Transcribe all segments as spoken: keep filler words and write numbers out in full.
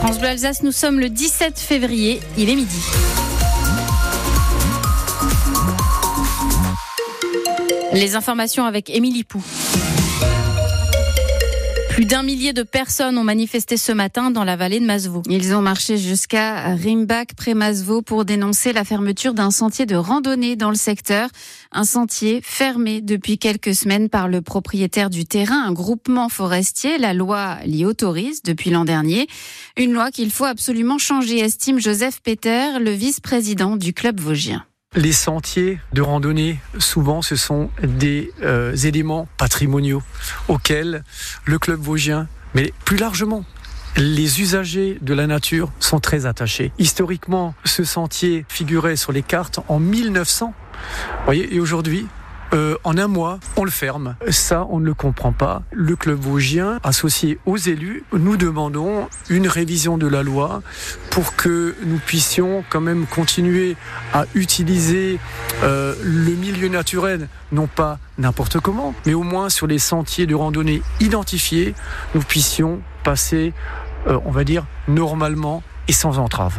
France Bleu Alsace, nous sommes le dix-sept février, il est midi. Les informations avec Émilie Pou. Plus d'un millier de personnes ont manifesté ce matin dans la vallée de Masevaux. Ils ont marché jusqu'à Rimbach, près Masevaux, pour dénoncer la fermeture d'un sentier de randonnée dans le secteur. Un sentier fermé depuis quelques semaines par le propriétaire du terrain, un groupement forestier. La loi l'y autorise depuis l'an dernier. Une loi qu'il faut absolument changer, estime Joseph Peter, le vice-président du club vosgien. Les sentiers de randonnée, souvent, ce sont des euh, éléments patrimoniaux auxquels le club vosgien, mais plus largement, les usagers de la nature sont très attachés. Historiquement, ce sentier figurait sur les cartes en mille neuf cents. Vous voyez, et aujourd'hui, Euh, en un mois, on le ferme. Ça, on ne le comprend pas. Le club vosgien, associé aux élus, nous demandons une révision de la loi pour que nous puissions quand même continuer à utiliser euh, le milieu naturel, non pas n'importe comment, mais au moins sur les sentiers de randonnée identifiés, nous puissions passer, euh, on va dire, normalement et sans entrave.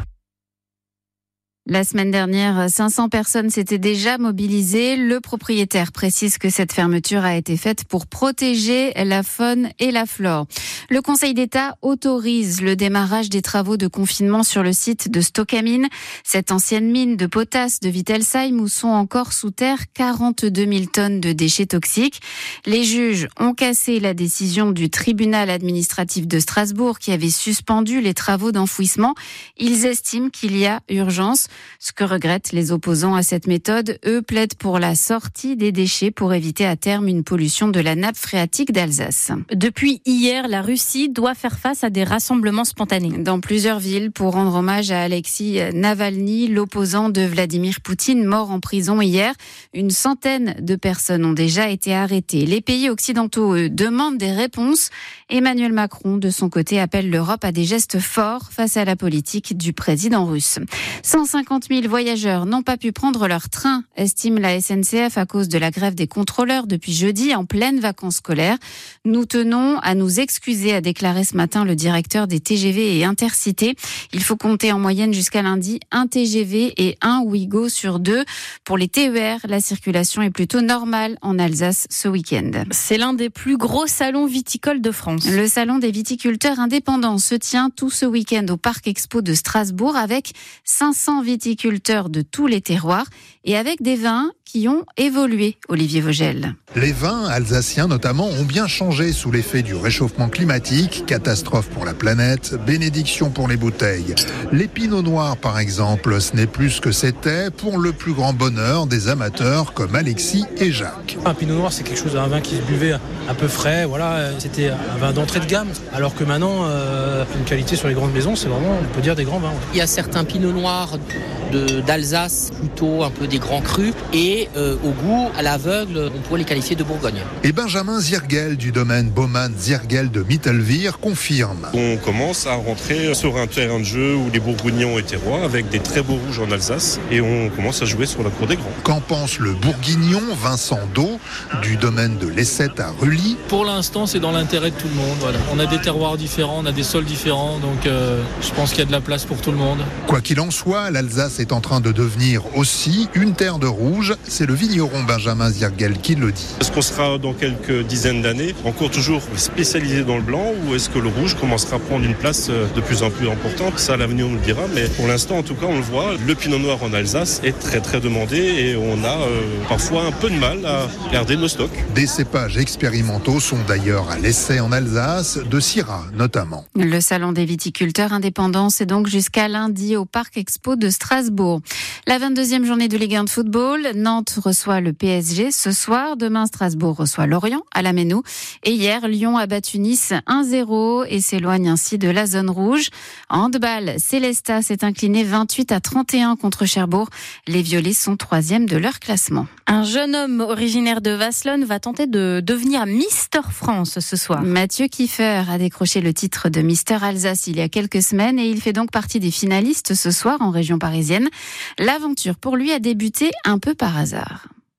La semaine dernière, cinq cents personnes s'étaient déjà mobilisées. Le propriétaire précise que cette fermeture a été faite pour protéger la faune et la flore. Le Conseil d'État autorise le démarrage des travaux de confinement sur le site de Stockamine, cette ancienne mine de potasse de Wittelsheim où sont encore sous terre quarante-deux mille tonnes de déchets toxiques. Les juges ont cassé la décision du tribunal administratif de Strasbourg qui avait suspendu les travaux d'enfouissement. Ils estiment qu'il y a urgence. Ce que regrettent les opposants à cette méthode, eux plaident pour la sortie des déchets pour éviter à terme une pollution de la nappe phréatique d'Alsace. Depuis hier, la Russie doit faire face à des rassemblements spontanés. Dans plusieurs villes pour rendre hommage à Alexis Navalny, l'opposant de Vladimir Poutine, mort en prison hier. Une centaine de personnes ont déjà été arrêtées. Les pays occidentaux, eux, demandent des réponses. Emmanuel Macron, de son côté, appelle l'Europe à des gestes forts face à la politique du président russe. cent cinquante mille voyageurs n'ont pas pu prendre leur train, estime la S N C F à cause de la grève des contrôleurs depuis jeudi en pleine vacances scolaires. Nous tenons à nous excuser, a déclaré ce matin le directeur des T G V et Intercités. Il faut compter en moyenne jusqu'à lundi un T G V et un Ouigo sur deux. Pour les T E R, la circulation est plutôt normale en Alsace ce week-end. C'est l'un des plus gros salons viticoles de France. Le salon des viticulteurs indépendants se tient tout ce week-end au Parc Expo de Strasbourg avec cinq cents viticulteurs de tous les terroirs et avec des vins qui ont évolué, Olivier Vogel. Les vins alsaciens notamment ont bien changé sous l'effet du réchauffement climatique, catastrophe pour la planète, bénédiction pour les bouteilles. Les pinots noirs par exemple, ce n'est plus ce que c'était pour le plus grand bonheur des amateurs comme Alexis et Jacques. Un pinot noir c'est quelque chose, un vin qui se buvait un peu frais, voilà, c'était un vin d'entrée de gamme. Alors que maintenant, euh, une qualité sur les grandes maisons, c'est vraiment, on peut dire, des grands vins. Il y a certains pinots noirs de, d'Alsace, plutôt un peu des grands crus, et euh, au goût, à l'aveugle, on pourrait les qualifier de Bourgogne. Et Benjamin Ziergel du domaine Baumann-Ziergel de Mittelwihr confirme. On commence à rentrer sur un terrain de jeu où les Bourguignons ont été rois, avec des très beaux rouges en Alsace, et on commence à jouer sur la cour des grands. Qu'en pense le Bourguignon Vincent Dau du domaine de l'Essette à Rully? Pour l'instant, c'est dans l'intérêt de tout le monde. Voilà. On a des terroirs différents, on a des sols différents, donc euh, je pense qu'il y a de la place pour tout le monde. Quoi qu'il en soit, l'Alsace est en train de devenir aussi une terre de rouge. C'est le vigneron Benjamin Ziergel qui le dit. Est-ce qu'on sera dans quelques dizaines d'années encore toujours spécialisé dans le blanc, ou est-ce que le rouge commencera à prendre une place de plus en plus importante? Ça, l'avenir nous le dira, mais pour l'instant, en tout cas, on le voit, le pinot noir en Alsace est très très demandé et on a euh, parfois un peu de mal à garder nos stocks. Des cépages expérimentaux sont d'ailleurs à l'essai en Alsace, de Syrah notamment. Le salon des viticulteurs indépendants, c'est donc jusqu'à lundi au Parc Expo de Strasbourg. La vingt-deuxième journée de Ligue un de football, Nantes reçoit le P S G ce soir. Demain, Strasbourg reçoit Lorient à la Méno. Et hier, Lyon a battu Nice un zéro et s'éloigne ainsi de la zone rouge. En handball, Célestat s'est incliné vingt-huit à trente et un contre Cherbourg. Les Violets sont troisième de leur classement. Un jeune homme originaire de Vasselonne va tenter de devenir Mister France ce soir. Mathieu Kiefer a décroché le titre de Mister Alsace il y a quelques semaines et il fait donc partie des finalistes ce soir en région parisienne. L'aventure pour lui a débuté un peu par hasard.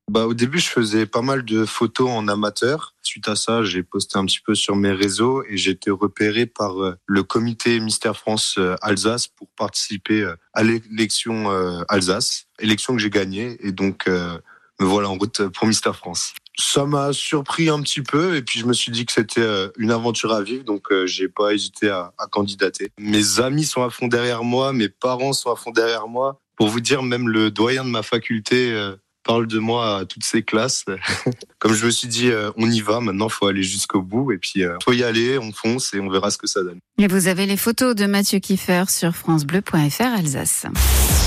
Bah, au début, je faisais pas mal de photos en amateur. Suite à ça, j'ai posté un petit peu sur mes réseaux et j'ai été repéré par le comité Mister France Alsace pour participer à l'élection Alsace, élection que j'ai gagnée et donc euh, me voilà en route pour Mister France. Ça m'a surpris un petit peu et puis je me suis dit que c'était une aventure à vivre, donc euh, j'ai pas hésité à, à candidater. Mes amis sont à fond derrière moi, mes parents sont à fond derrière moi. Pour vous dire, même le doyen de ma faculté euh, parle de moi à toutes ces classes. Comme je me suis dit, euh, on y va, maintenant il faut aller jusqu'au bout et puis euh, faut y aller, on fonce et on verra ce que ça donne. Et vous avez les photos de Mathieu Kieffer sur francebleu point f r Alsace.